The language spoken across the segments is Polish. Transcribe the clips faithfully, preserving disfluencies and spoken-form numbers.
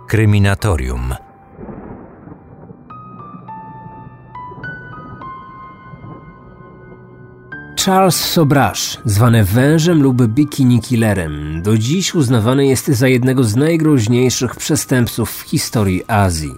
Kryminatorium. Charles Sobrash, zwany Wężem lub Bikini Killerem, do dziś uznawany jest za jednego z najgroźniejszych przestępców w historii Azji.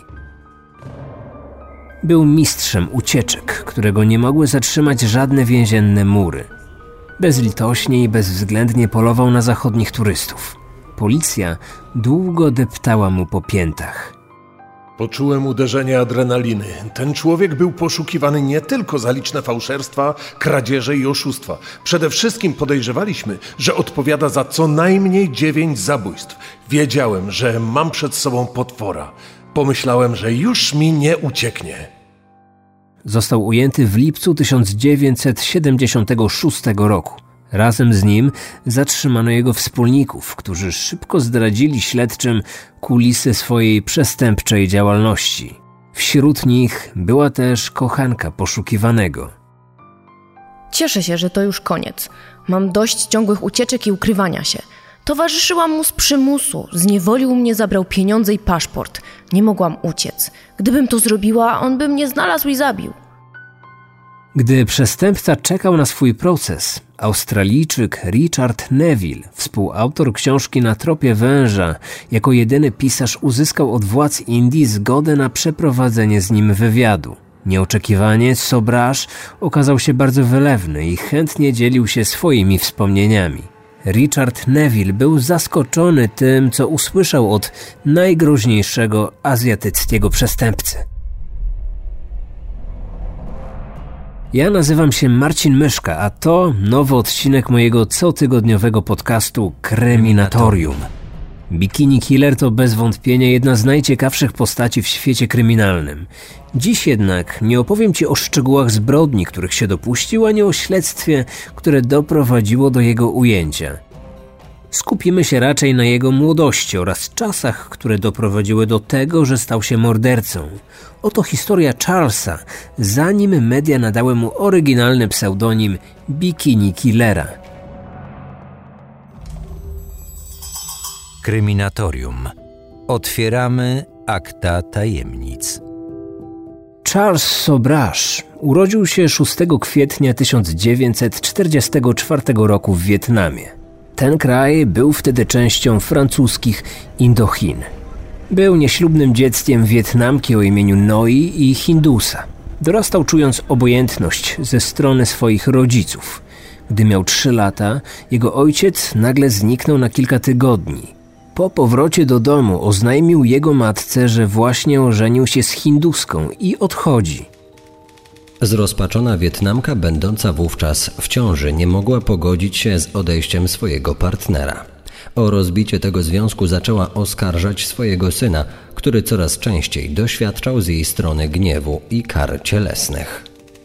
Był mistrzem ucieczek, którego nie mogły zatrzymać żadne więzienne mury. Bezlitośnie i bezwzględnie polował na zachodnich turystów. Policja długo deptała mu po piętach. Poczułem uderzenie adrenaliny. Ten człowiek był poszukiwany nie tylko za liczne fałszerstwa, kradzieże i oszustwa. Przede wszystkim podejrzewaliśmy, że odpowiada za co najmniej dziewięć zabójstw. Wiedziałem, że mam przed sobą potwora. Pomyślałem, że już mi nie ucieknie. Został ujęty w lipcu tysiąc dziewięćset siedemdziesiątego szóstego roku. Razem z nim zatrzymano jego wspólników, którzy szybko zdradzili śledczym kulisy swojej przestępczej działalności. Wśród nich była też kochanka poszukiwanego. Cieszę się, że to już koniec. Mam dość ciągłych ucieczek i ukrywania się. Towarzyszyłam mu z przymusu, zniewolił mnie, zabrał pieniądze i paszport. Nie mogłam uciec. Gdybym to zrobiła, on by mnie znalazł i zabił. Gdy przestępca czekał na swój proces, Australijczyk Richard Neville, współautor książki Na tropie węża, jako jedyny pisarz uzyskał od władz Indii zgodę na przeprowadzenie z nim wywiadu. Nieoczekiwanie Sobrash okazał się bardzo wylewny i chętnie dzielił się swoimi wspomnieniami. Richard Neville był zaskoczony tym, co usłyszał od najgroźniejszego azjatyckiego przestępcy. Ja nazywam się Marcin Myszka, a to nowy odcinek mojego cotygodniowego podcastu Kryminatorium. Bikini Killer to bez wątpienia jedna z najciekawszych postaci w świecie kryminalnym. Dziś jednak nie opowiem Ci o szczegółach zbrodni, których się dopuścił, ani o śledztwie, które doprowadziło do jego ujęcia. Skupimy się raczej na jego młodości oraz czasach, które doprowadziły do tego, że stał się mordercą. Oto historia Charlesa, zanim media nadały mu oryginalny pseudonim Bikini Killera. Kryminatorium. Otwieramy akta tajemnic. Charles Sobrash urodził się szóstego kwietnia tysiąc dziewięćset czterdziestego czwartego roku w Wietnamie. Ten kraj był wtedy częścią francuskich Indochin. Był nieślubnym dzieckiem Wietnamki o imieniu Noi i Hindusa. Dorastał czując obojętność ze strony swoich rodziców. Gdy miał trzy lata, jego ojciec nagle zniknął na kilka tygodni. Po powrocie do domu oznajmił jego matce, że właśnie ożenił się z Hinduską i odchodzi. Zrozpaczona Wietnamka, będąca wówczas w ciąży, nie mogła pogodzić się z odejściem swojego partnera. O rozbicie tego związku zaczęła oskarżać swojego syna, który coraz częściej doświadczał z jej strony gniewu i kar cielesnych.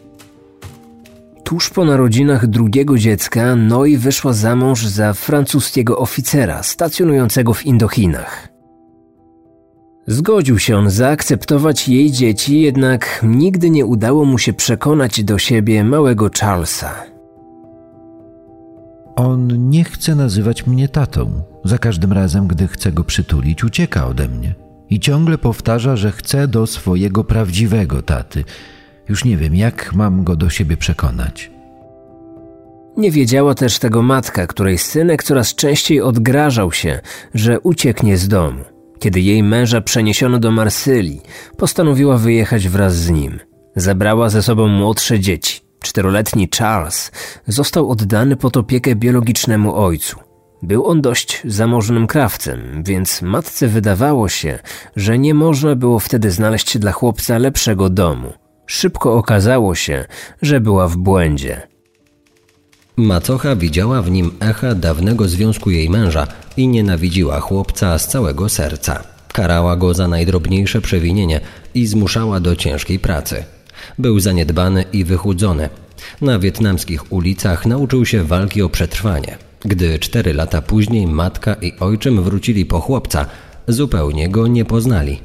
Tuż po narodzinach drugiego dziecka Noi wyszła za mąż za francuskiego oficera stacjonującego w Indochinach. Zgodził się on zaakceptować jej dzieci, jednak nigdy nie udało mu się przekonać do siebie małego Charlesa. On nie chce nazywać mnie tatą. Za każdym razem, gdy chcę go przytulić, ucieka ode mnie. I ciągle powtarza, że chce do swojego prawdziwego taty. Już nie wiem, jak mam go do siebie przekonać. Nie wiedziała też tego matka, której synek coraz częściej odgrażał się, że ucieknie z domu. Kiedy jej męża przeniesiono do Marsylii, postanowiła wyjechać wraz z nim. Zabrała ze sobą młodsze dzieci. Czteroletni Charles został oddany pod opiekę biologicznemu ojcu. Był on dość zamożnym krawcem, więc matce wydawało się, że nie można było wtedy znaleźć dla chłopca lepszego domu. Szybko okazało się, że była w błędzie. Macocha widziała w nim echa dawnego związku jej męża i nienawidziła chłopca z całego serca. Karała go za najdrobniejsze przewinienie i zmuszała do ciężkiej pracy. Był zaniedbany i wychudzony. Na wietnamskich ulicach nauczył się walki o przetrwanie. Gdy cztery lata później matka i ojczym wrócili po chłopca, zupełnie go nie poznali.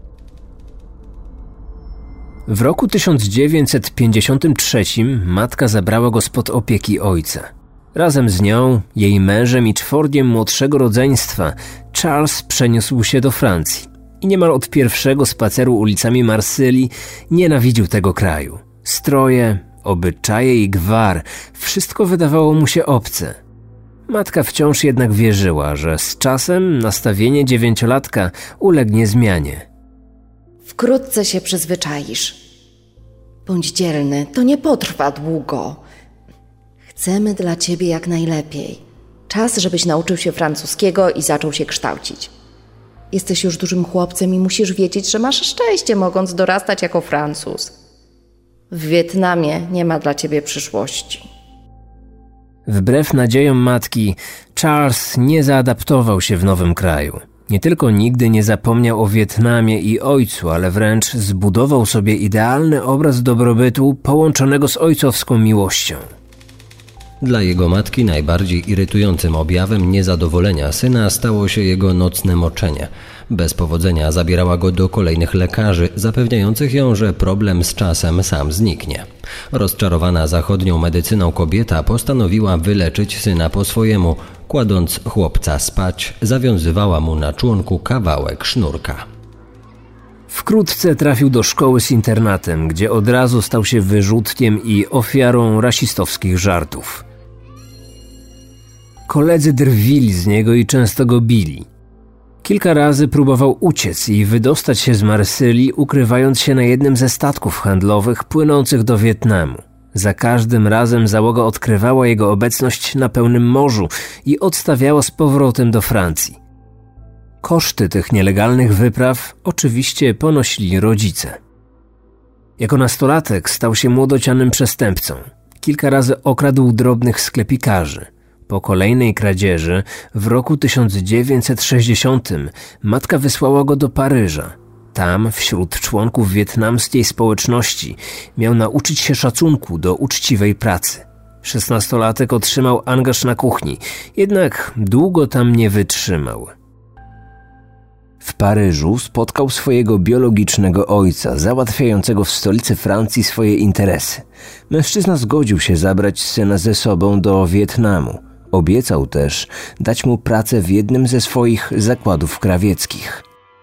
W roku tysiąc dziewięćset pięćdziesiątym trzecim matka zabrała go spod opieki ojca. Razem z nią, jej mężem i czworgiem młodszego rodzeństwa Charles przeniósł się do Francji. I niemal od pierwszego spaceru ulicami Marsylii nienawidził tego kraju. Stroje, obyczaje i gwar, wszystko wydawało mu się obce. Matka wciąż jednak wierzyła, że z czasem nastawienie dziewięciolatka ulegnie zmianie. Wkrótce się przyzwyczaisz. Bądź dzielny, to nie potrwa długo. Chcemy dla ciebie jak najlepiej. Czas, żebyś nauczył się francuskiego i zaczął się kształcić. Jesteś już dużym chłopcem i musisz wiedzieć, że masz szczęście, mogąc dorastać jako Francuz. W Wietnamie nie ma dla ciebie przyszłości. Wbrew nadziejom matki, Charles nie zaadaptował się w nowym kraju. Nie tylko nigdy nie zapomniał o Wietnamie i ojcu, ale wręcz zbudował sobie idealny obraz dobrobytu połączonego z ojcowską miłością. Dla jego matki najbardziej irytującym objawem niezadowolenia syna stało się jego nocne moczenie. Bez powodzenia zabierała go do kolejnych lekarzy, zapewniających ją, że problem z czasem sam zniknie. Rozczarowana zachodnią medycyną kobieta postanowiła wyleczyć syna po swojemu. Kładąc chłopca spać, zawiązywała mu na członku kawałek sznurka. Wkrótce trafił do szkoły z internatem, gdzie od razu stał się wyrzutkiem i ofiarą rasistowskich żartów. Koledzy drwili z niego i często go bili. Kilka razy próbował uciec i wydostać się z Marsylii, ukrywając się na jednym ze statków handlowych płynących do Wietnamu. Za każdym razem załoga odkrywała jego obecność na pełnym morzu i odstawiała z powrotem do Francji. Koszty tych nielegalnych wypraw oczywiście ponosili rodzice. Jako nastolatek stał się młodocianym przestępcą. Kilka razy okradł drobnych sklepikarzy. Po kolejnej kradzieży w roku tysiąc dziewięćset sześćdziesiątym matka wysłała go do Paryża. Tam, wśród członków wietnamskiej społeczności, miał nauczyć się szacunku do uczciwej pracy. Szesnastolatek otrzymał angaż na kuchni, jednak długo tam nie wytrzymał. W Paryżu spotkał swojego biologicznego ojca, załatwiającego w stolicy Francji swoje interesy. Mężczyzna zgodził się zabrać syna ze sobą do Wietnamu. Obiecał też dać mu pracę w jednym ze swoich zakładów krawieckich.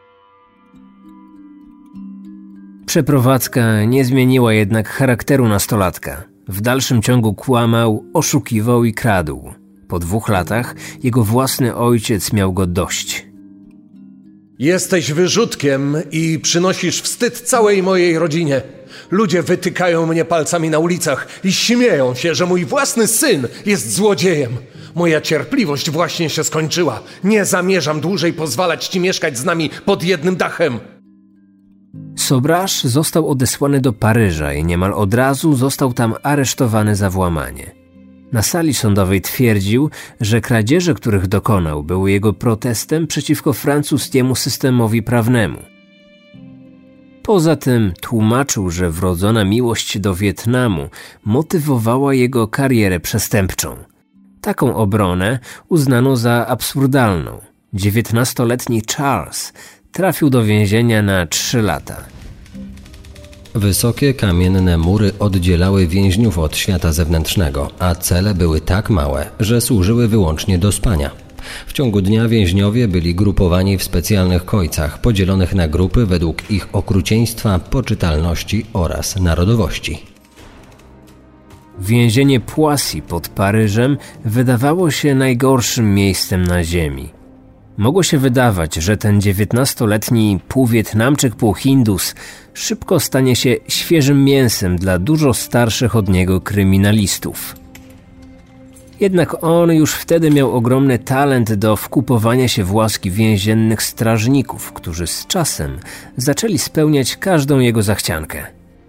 Przeprowadzka nie zmieniła jednak charakteru nastolatka. W dalszym ciągu kłamał, oszukiwał i kradł. Po dwóch latach jego własny ojciec miał go dość. Jesteś wyrzutkiem i przynosisz wstyd całej mojej rodzinie. Ludzie wytykają mnie palcami na ulicach i śmieją się, że mój własny syn jest złodziejem. Moja cierpliwość właśnie się skończyła. Nie zamierzam dłużej pozwalać ci mieszkać z nami pod jednym dachem. Sobrasz został odesłany do Paryża i niemal od razu został tam aresztowany za włamanie. Na sali sądowej twierdził, że kradzieże, których dokonał, były jego protestem przeciwko francuskiemu systemowi prawnemu. Poza tym tłumaczył, że wrodzona miłość do Wietnamu motywowała jego karierę przestępczą. Taką obronę uznano za absurdalną. Dziewiętnastoletni Charles trafił do więzienia na trzy lata. Wysokie kamienne mury oddzielały więźniów od świata zewnętrznego, a cele były tak małe, że służyły wyłącznie do spania. W ciągu dnia więźniowie byli grupowani w specjalnych kojcach, podzielonych na grupy według ich okrucieństwa, poczytalności oraz narodowości. Więzienie Poissy pod Paryżem wydawało się najgorszym miejscem na ziemi. Mogło się wydawać, że ten dziewiętnastoletni pół Wietnamczyk, pół Hindus szybko stanie się świeżym mięsem dla dużo starszych od niego kryminalistów. Jednak on już wtedy miał ogromny talent do wkupowania się w łaski więziennych strażników, którzy z czasem zaczęli spełniać każdą jego zachciankę.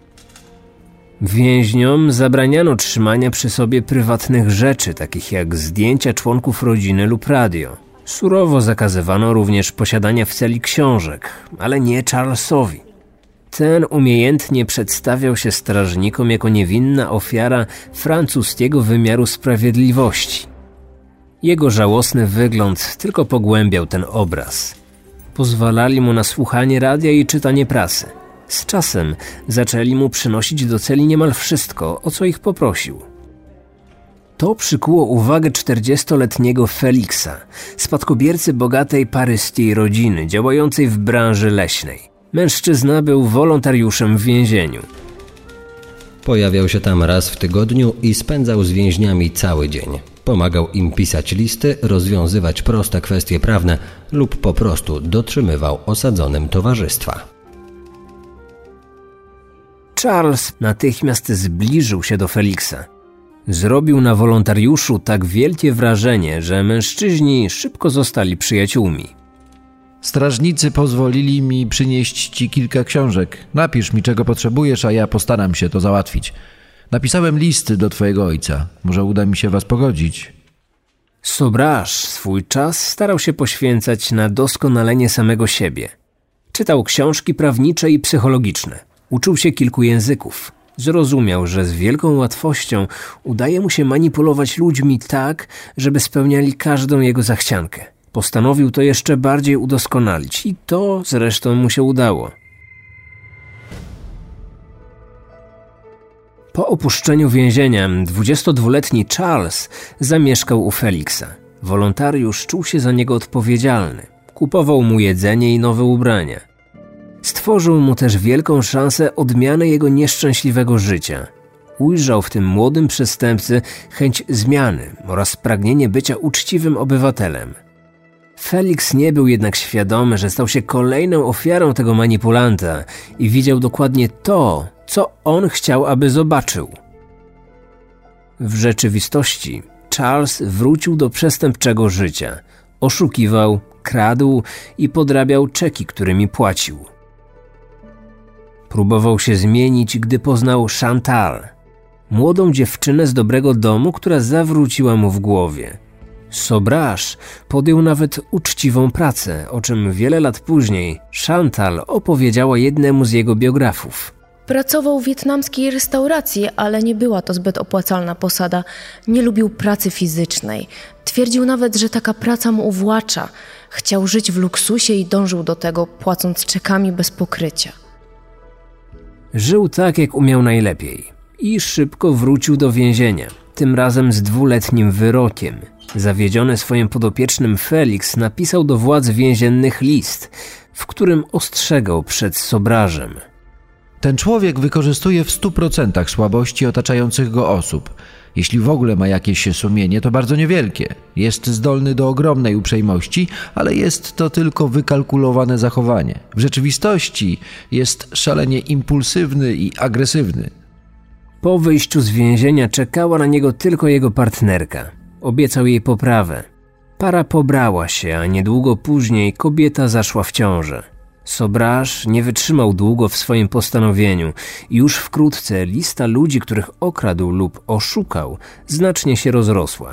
Więźniom zabraniano trzymania przy sobie prywatnych rzeczy, takich jak zdjęcia członków rodziny lub radio. Surowo zakazywano również posiadania w celi książek, ale nie Charlesowi. Ten umiejętnie przedstawiał się strażnikom jako niewinna ofiara francuskiego wymiaru sprawiedliwości. Jego żałosny wygląd tylko pogłębiał ten obraz. Pozwalali mu na słuchanie radia i czytanie prasy. Z czasem zaczęli mu przynosić do celi niemal wszystko, o co ich poprosił. To przykuło uwagę czterdziestoletniego Feliksa, spadkobiercy bogatej paryskiej rodziny działającej w branży leśnej. Mężczyzna był wolontariuszem w więzieniu. Pojawiał się tam raz w tygodniu i spędzał z więźniami cały dzień. Pomagał im pisać listy, rozwiązywać proste kwestie prawne lub po prostu dotrzymywał osadzonym towarzystwa. Charles natychmiast zbliżył się do Feliksa. Zrobił na wolontariuszu tak wielkie wrażenie, że mężczyźni szybko zostali przyjaciółmi. Strażnicy pozwolili mi przynieść ci kilka książek. Napisz mi, czego potrzebujesz, a ja postaram się to załatwić. Napisałem listy do twojego ojca. Może uda mi się was pogodzić. Sobrage swój czas starał się poświęcać na doskonalenie samego siebie. Czytał książki prawnicze i psychologiczne. Uczył się kilku języków. Zrozumiał, że z wielką łatwością udaje mu się manipulować ludźmi tak, żeby spełniali każdą jego zachciankę. Postanowił to jeszcze bardziej udoskonalić i to zresztą mu się udało. Po opuszczeniu więzienia dwudziestodwuletni Charles zamieszkał u Feliksa. Wolontariusz czuł się za niego odpowiedzialny. Kupował mu jedzenie i nowe ubrania. Stworzył mu też wielką szansę odmiany jego nieszczęśliwego życia. Ujrzał w tym młodym przestępcy chęć zmiany oraz pragnienie bycia uczciwym obywatelem. Felix nie był jednak świadomy, że stał się kolejną ofiarą tego manipulanta i widział dokładnie to, co on chciał, aby zobaczył. W rzeczywistości Charles wrócił do przestępczego życia. Oszukiwał, kradł i podrabiał czeki, którymi płacił. Próbował się zmienić, gdy poznał Chantal, młodą dziewczynę z dobrego domu, która zawróciła mu w głowie. Sobrage podjął nawet uczciwą pracę, o czym wiele lat później Chantal opowiedziała jednemu z jego biografów. Pracował w wietnamskiej restauracji, ale nie była to zbyt opłacalna posada. Nie lubił pracy fizycznej. Twierdził nawet, że taka praca mu uwłacza. Chciał żyć w luksusie i dążył do tego, płacąc czekami bez pokrycia. Żył tak, jak umiał najlepiej i szybko wrócił do więzienia, tym razem z dwuletnim wyrokiem. Zawiedziony swoim podopiecznym Felix napisał do władz więziennych list, w którym ostrzegał przed Sobrażem. Ten człowiek wykorzystuje w stu procentach słabości otaczających go osób. Jeśli w ogóle ma jakieś sumienie, to bardzo niewielkie. Jest zdolny do ogromnej uprzejmości, ale jest to tylko wykalkulowane zachowanie. W rzeczywistości jest szalenie impulsywny i agresywny. Po wyjściu z więzienia czekała na niego tylko jego partnerka. Obiecał jej poprawę. Para pobrała się, a niedługo później kobieta zaszła w ciążę. Sobrage nie wytrzymał długo w swoim postanowieniu i już wkrótce lista ludzi, których okradł lub oszukał, znacznie się rozrosła.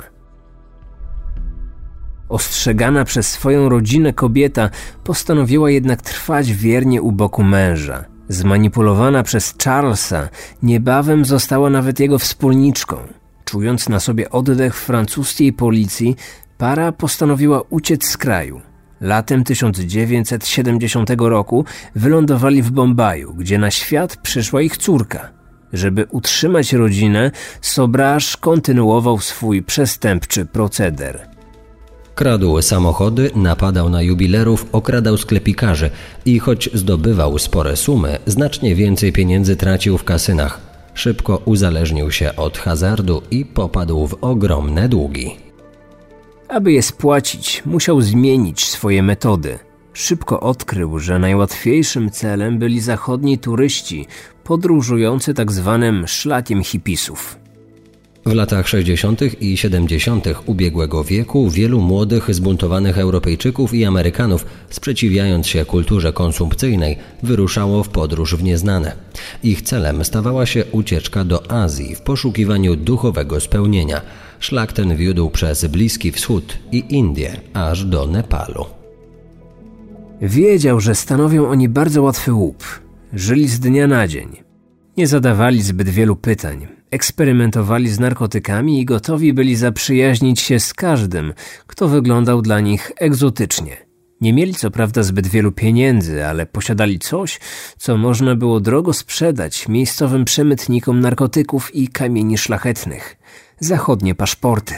Ostrzegana przez swoją rodzinę kobieta postanowiła jednak trwać wiernie u boku męża. Zmanipulowana przez Charlesa, niebawem została nawet jego wspólniczką. Czując na sobie oddech francuskiej policji, para postanowiła uciec z kraju. Latem tysiąc dziewięćset siedemdziesiątego roku wylądowali w Bombaju, gdzie na świat przyszła ich córka. Żeby utrzymać rodzinę, Sobrage kontynuował swój przestępczy proceder. Kradł samochody, napadał na jubilerów, okradał sklepikarzy i choć zdobywał spore sumy, znacznie więcej pieniędzy tracił w kasynach. Szybko uzależnił się od hazardu i popadł w ogromne długi. Aby je spłacić, musiał zmienić swoje metody. Szybko odkrył, że najłatwiejszym celem byli zachodni turyści podróżujący tak zwanym szlakiem hipisów. W latach sześćdziesiątych i siedemdziesiątych ubiegłego wieku wielu młodych, zbuntowanych Europejczyków i Amerykanów, sprzeciwiając się kulturze konsumpcyjnej, wyruszało w podróż w nieznane. Ich celem stawała się ucieczka do Azji w poszukiwaniu duchowego spełnienia. Szlak ten wiódł przez Bliski Wschód i Indie, aż do Nepalu. Wiedział, że stanowią oni bardzo łatwy łup. Żyli z dnia na dzień. Nie zadawali zbyt wielu pytań. Eksperymentowali z narkotykami i gotowi byli zaprzyjaźnić się z każdym, kto wyglądał dla nich egzotycznie. Nie mieli co prawda zbyt wielu pieniędzy, ale posiadali coś, co można było drogo sprzedać miejscowym przemytnikom narkotyków i kamieni szlachetnych. zachodnie paszporty.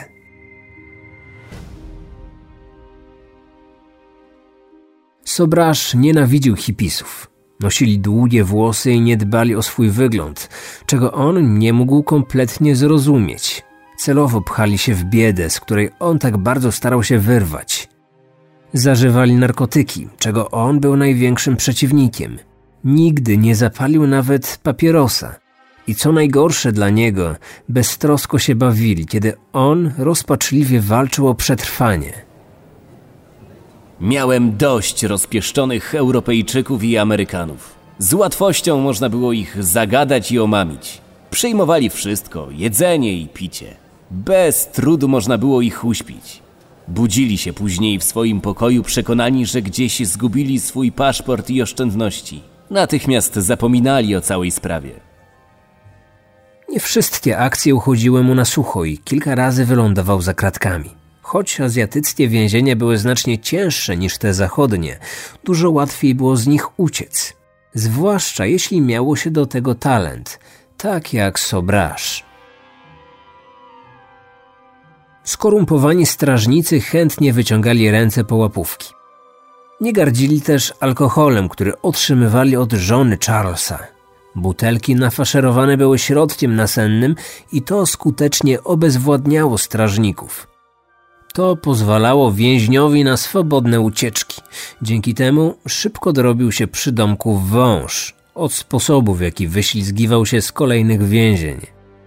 Sobrasz nienawidził hipisów. Nosili długie włosy i nie dbali o swój wygląd, czego on nie mógł kompletnie zrozumieć. Celowo pchali się w biedę, z której on tak bardzo starał się wyrwać. Zażywali narkotyki, czego on był największym przeciwnikiem. Nigdy nie zapalił nawet papierosa. I co najgorsze dla niego, beztrosko się bawili, kiedy on rozpaczliwie walczył o przetrwanie. Miałem dość rozpieszczonych Europejczyków i Amerykanów. Z łatwością można było ich zagadać i omamić. Przyjmowali wszystko, jedzenie i picie. Bez trudu można było ich uśpić. Budzili się później w swoim pokoju przekonani, że gdzieś zgubili swój paszport i oszczędności. Natychmiast zapominali o całej sprawie. Nie wszystkie akcje uchodziły mu na sucho i kilka razy wylądował za kratkami. Choć azjatyckie więzienia były znacznie cięższe niż te zachodnie, dużo łatwiej było z nich uciec. Zwłaszcza jeśli miało się do tego talent, tak jak Sobrasz. Skorumpowani strażnicy chętnie wyciągali ręce po łapówki. Nie gardzili też alkoholem, który otrzymywali od żony Charlesa. Butelki nafaszerowane były środkiem nasennym i to skutecznie obezwładniało strażników. To pozwalało więźniowi na swobodne ucieczki. Dzięki temu szybko dorobił się przydomków wąż od sposobu, w jaki wyślizgiwał się z kolejnych więzień.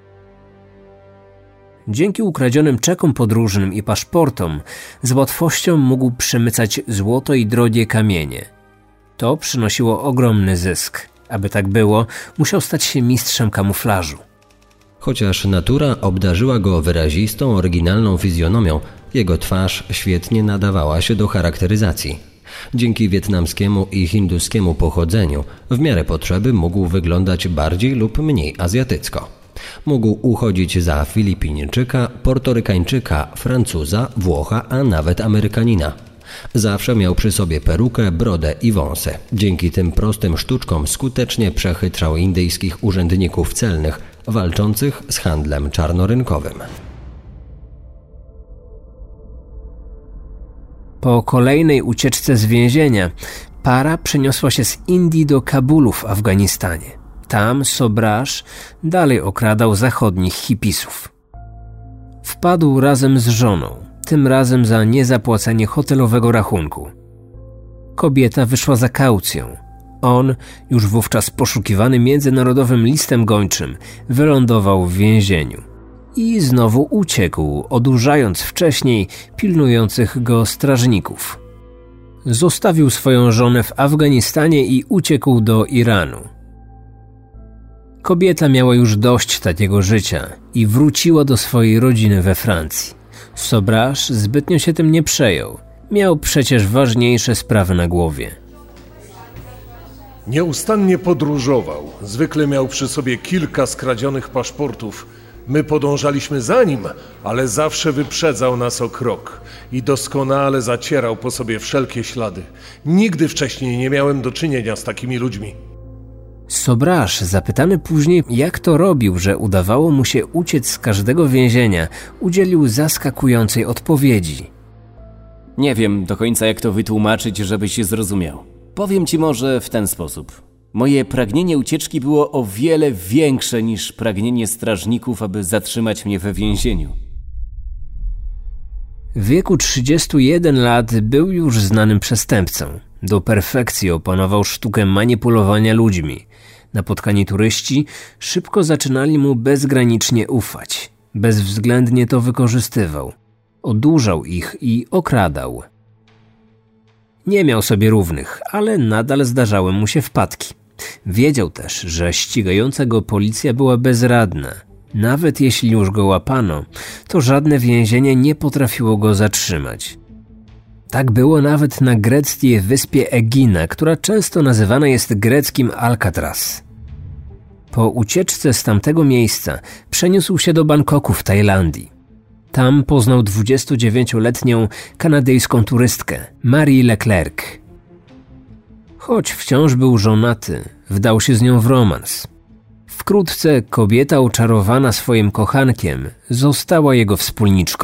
Dzięki ukradzionym czekom podróżnym i paszportom z łatwością mógł przemycać złoto i drogie kamienie. To przynosiło ogromny zysk. Aby tak było, musiał stać się mistrzem kamuflażu. Chociaż natura obdarzyła go wyrazistą, oryginalną fizjonomią, jego twarz świetnie nadawała się do charakteryzacji. Dzięki wietnamskiemu i hinduskiemu pochodzeniu w miarę potrzeby mógł wyglądać bardziej lub mniej azjatycko. Mógł uchodzić za Filipińczyka, Portorykańczyka, Francuza, Włocha, a nawet Amerykanina. Zawsze miał przy sobie perukę, brodę i wąsy. Dzięki tym prostym sztuczkom skutecznie przechytrzał indyjskich urzędników celnych walczących z handlem czarnorynkowym. Po kolejnej ucieczce z więzienia para przeniosła się z Indii do Kabulu w Afganistanie. Tam Sobrasz dalej okradał zachodnich hipisów. Wpadł razem z żoną, tym razem za niezapłacenie hotelowego rachunku. Kobieta wyszła za kaucją. On, już wówczas poszukiwany międzynarodowym listem gończym, wylądował w więzieniu. I znowu uciekł, odurzając wcześniej pilnujących go strażników. Zostawił swoją żonę w Afganistanie i uciekł do Iranu. Kobieta miała już dość takiego życia i wróciła do swojej rodziny we Francji. Sobrasz zbytnio się tym nie przejął. Miał przecież ważniejsze sprawy na głowie. Nieustannie podróżował. Zwykle miał przy sobie kilka skradzionych paszportów. My podążaliśmy za nim, ale zawsze wyprzedzał nas o krok i doskonale zacierał po sobie wszelkie ślady. Nigdy wcześniej nie miałem do czynienia z takimi ludźmi. Sobrasz, zapytany później, jak to robił, że udawało mu się uciec z każdego więzienia, udzielił zaskakującej odpowiedzi. Nie wiem do końca, jak to wytłumaczyć, żebyś zrozumiał. Powiem ci może w ten sposób. Moje pragnienie ucieczki było o wiele większe niż pragnienie strażników, aby zatrzymać mnie we więzieniu. W wieku trzydziestu jeden lat był już znanym przestępcą. Do perfekcji opanował sztukę manipulowania ludźmi. Napotkani turyści szybko zaczynali mu bezgranicznie ufać. Bezwzględnie to wykorzystywał. Odurzał ich i okradał. Nie miał sobie równych, ale nadal zdarzały mu się wpadki. Wiedział też, że ścigająca go policja była bezradna. Nawet jeśli już go łapano, to żadne więzienie nie potrafiło go zatrzymać. Tak było nawet na greckiej wyspie Egina, która często nazywana jest greckim Alcatraz. Po ucieczce z tamtego miejsca przeniósł się do Bangkoku w Tajlandii. Tam poznał dwudziestodziewięcioletnią kanadyjską turystkę Marie Leclerc. Choć wciąż był żonaty, wdał się z nią w romans. W Wkrótce kobieta oczarowana swoim kochankiem została jego wspólniczką.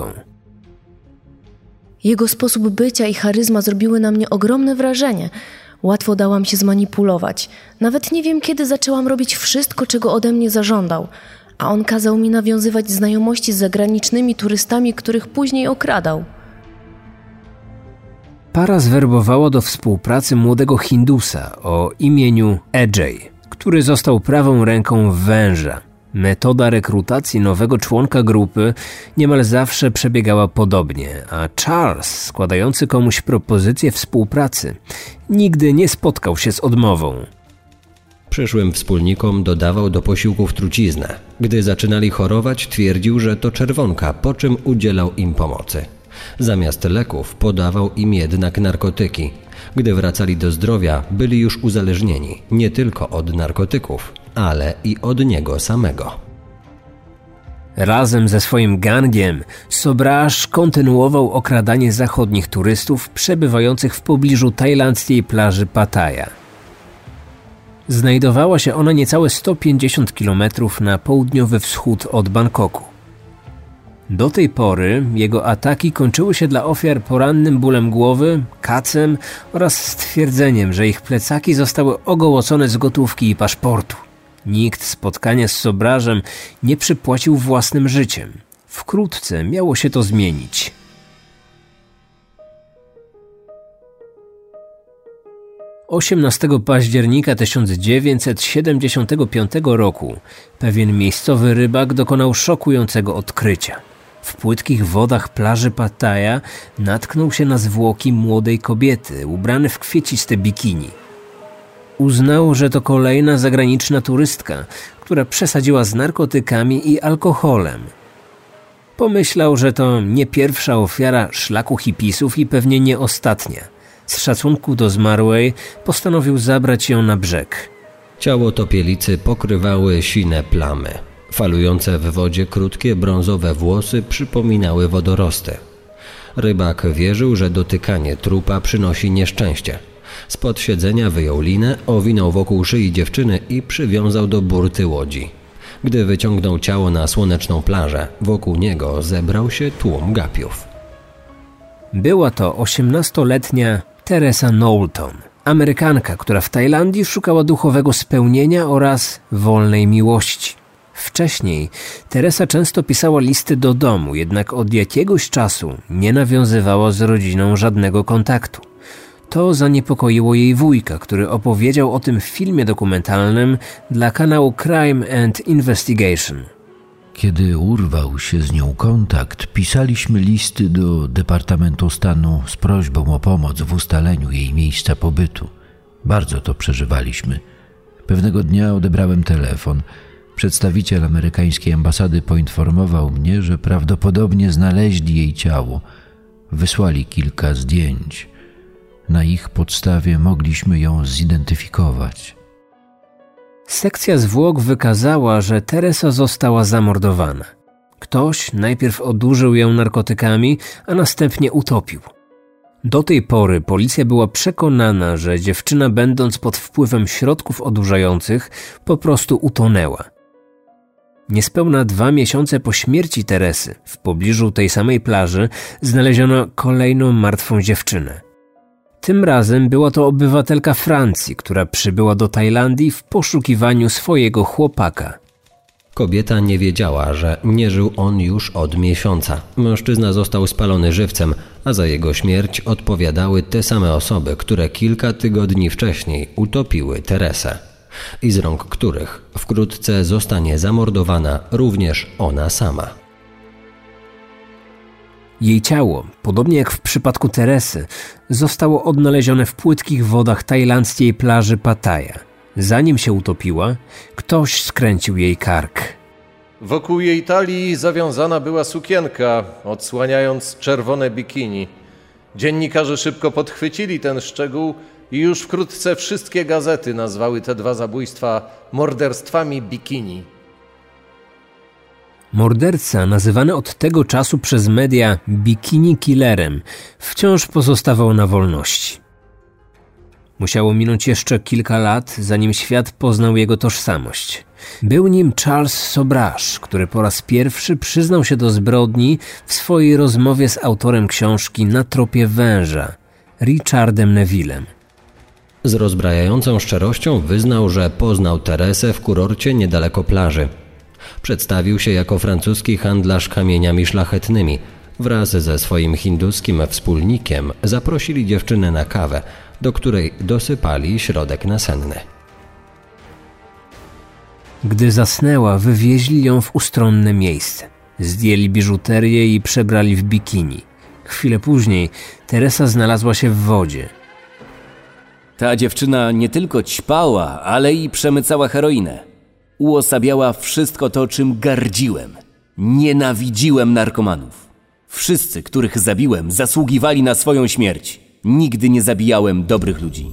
Jego sposób bycia i charyzma zrobiły na mnie ogromne wrażenie. Łatwo dałam się zmanipulować. Nawet nie wiem, kiedy zaczęłam robić wszystko, czego ode mnie zażądał. A on kazał mi nawiązywać znajomości z zagranicznymi turystami, których później okradał. Para zwerbowała do współpracy młodego Hindusa o imieniu Ajay, który został prawą ręką węża. Metoda rekrutacji nowego członka grupy niemal zawsze przebiegała podobnie, a Charles, składający komuś propozycję współpracy, nigdy nie spotkał się z odmową. Przyszłym wspólnikom dodawał do posiłków truciznę. Gdy zaczynali chorować, twierdził, że to czerwonka, po czym udzielał im pomocy. Zamiast leków podawał im jednak narkotyki. Gdy wracali do zdrowia, byli już uzależnieni nie tylko od narkotyków, ale i od niego samego. Razem ze swoim gangiem Sobhraj kontynuował okradanie zachodnich turystów przebywających w pobliżu tajlandzkiej plaży Pattaya. Znajdowała się ona niecałe sto pięćdziesiąt kilometrów na południowy wschód od Bangkoku. Do tej pory jego ataki kończyły się dla ofiar porannym bólem głowy, kacem oraz stwierdzeniem, że ich plecaki zostały ogołocone z gotówki i paszportu. Nikt spotkania z Sobrajem nie przypłacił własnym życiem. Wkrótce miało się to zmienić. osiemnastego października tysiąc dziewięćset siedemdziesiątego piątego roku pewien miejscowy rybak dokonał szokującego odkrycia. W płytkich wodach plaży Pattaya natknął się na zwłoki młodej kobiety ubrane w kwieciste bikini. Uznał, że to kolejna zagraniczna turystka, która przesadziła z narkotykami i alkoholem. Pomyślał, że to nie pierwsza ofiara szlaku hipisów i pewnie nie ostatnia. Z szacunku do zmarłej postanowił zabrać ją na brzeg. Ciało topielicy pokrywały sine plamy. Falujące w wodzie krótkie brązowe włosy przypominały wodorosty. Rybak wierzył, że dotykanie trupa przynosi nieszczęście. Spod siedzenia wyjął linę, owinął wokół szyi dziewczyny i przywiązał do burty łodzi. Gdy wyciągnął ciało na słoneczną plażę, wokół niego zebrał się tłum gapiów. Była to osiemnastoletnia Teresa Knowlton, Amerykanka, która w Tajlandii szukała duchowego spełnienia oraz wolnej miłości. Wcześniej Teresa często pisała listy do domu, jednak od jakiegoś czasu nie nawiązywała z rodziną żadnego kontaktu. To zaniepokoiło jej wujka, który opowiedział o tym w filmie dokumentalnym dla kanału Crime and Investigation. Kiedy urwał się z nią kontakt, pisaliśmy listy do Departamentu Stanu z prośbą o pomoc w ustaleniu jej miejsca pobytu. Bardzo to przeżywaliśmy. Pewnego dnia odebrałem telefon. Przedstawiciel amerykańskiej ambasady poinformował mnie, że prawdopodobnie znaleźli jej ciało. Wysłali kilka zdjęć. Na ich podstawie mogliśmy ją zidentyfikować. Sekcja zwłok wykazała, że Teresa została zamordowana. Ktoś najpierw odurzył ją narkotykami, a następnie utopił. Do tej pory policja była przekonana, że dziewczyna, będąc pod wpływem środków odurzających, po prostu utonęła. Niespełna dwa miesiące po śmierci Teresy, w pobliżu tej samej plaży, znaleziono kolejną martwą dziewczynę. Tym razem była to obywatelka Francji, która przybyła do Tajlandii w poszukiwaniu swojego chłopaka. Kobieta nie wiedziała, że nie żył on już od miesiąca. Mężczyzna został spalony żywcem, a za jego śmierć odpowiadały te same osoby, które kilka tygodni wcześniej utopiły Teresę i z rąk których wkrótce zostanie zamordowana również ona sama. Jej ciało, podobnie jak w przypadku Teresy, zostało odnalezione w płytkich wodach tajlandzkiej plaży Pattaya. Zanim się utopiła, ktoś skręcił jej kark. Wokół jej talii zawiązana była sukienka, odsłaniając czerwone bikini. Dziennikarze szybko podchwycili ten szczegół i już wkrótce wszystkie gazety nazwały te dwa zabójstwa morderstwami bikini. Morderca, nazywany od tego czasu przez media bikini killerem, wciąż pozostawał na wolności. Musiało minąć jeszcze kilka lat, zanim świat poznał jego tożsamość. Był nim Charles Sobrasz, który po raz pierwszy przyznał się do zbrodni w swojej rozmowie z autorem książki Na tropie węża, Richardem Nevillem. Z rozbrajającą szczerością wyznał, że poznał Teresę w kurorcie niedaleko plaży. Przedstawił się jako francuski handlarz kamieniami szlachetnymi. Wraz ze swoim hinduskim wspólnikiem zaprosili dziewczynę na kawę, do której dosypali środek nasenny. Gdy zasnęła, wywieźli ją w ustronne miejsce. Zdjęli biżuterię i przebrali w bikini. Chwilę później Teresa znalazła się w wodzie. Ta dziewczyna nie tylko ćpała, ale i przemycała heroinę. Uosabiała wszystko to, czym gardziłem. Nienawidziłem narkomanów. Wszyscy, których zabiłem, zasługiwali na swoją śmierć. Nigdy nie zabijałem dobrych ludzi.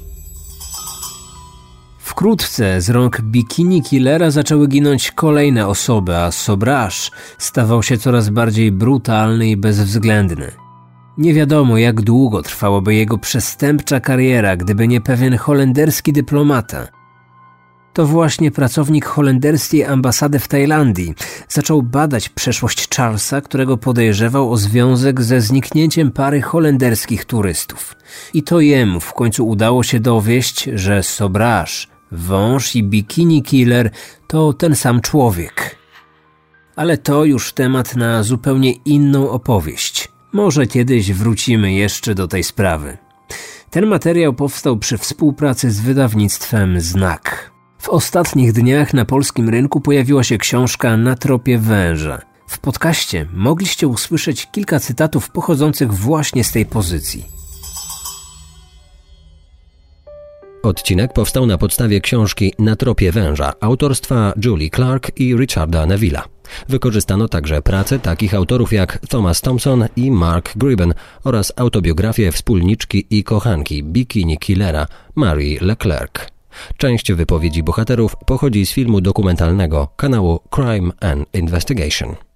Wkrótce z rąk bikini killera zaczęły ginąć kolejne osoby, a Sobrasz stawał się coraz bardziej brutalny i bezwzględny. Nie wiadomo, jak długo trwałaby jego przestępcza kariera, gdyby nie pewien holenderski dyplomata. To właśnie pracownik holenderskiej ambasady w Tajlandii zaczął badać przeszłość Charlesa, którego podejrzewał o związek ze zniknięciem pary holenderskich turystów. I to jemu w końcu udało się dowieść, że Sobrasz, wąż i bikini killer to ten sam człowiek. Ale to już temat na zupełnie inną opowieść. Może kiedyś wrócimy jeszcze do tej sprawy. Ten materiał powstał przy współpracy z wydawnictwem Znak. W ostatnich dniach na polskim rynku pojawiła się książka Na tropie węża. W podcaście mogliście usłyszeć kilka cytatów pochodzących właśnie z tej pozycji. Odcinek powstał na podstawie książki Na tropie węża autorstwa Julie Clark i Richarda Nevilla. Wykorzystano także prace takich autorów jak Thomas Thompson i Mark Gribben oraz autobiografię wspólniczki i kochanki bikini killera Marie Leclerc. Część wypowiedzi bohaterów pochodzi z filmu dokumentalnego kanału Crime and Investigation.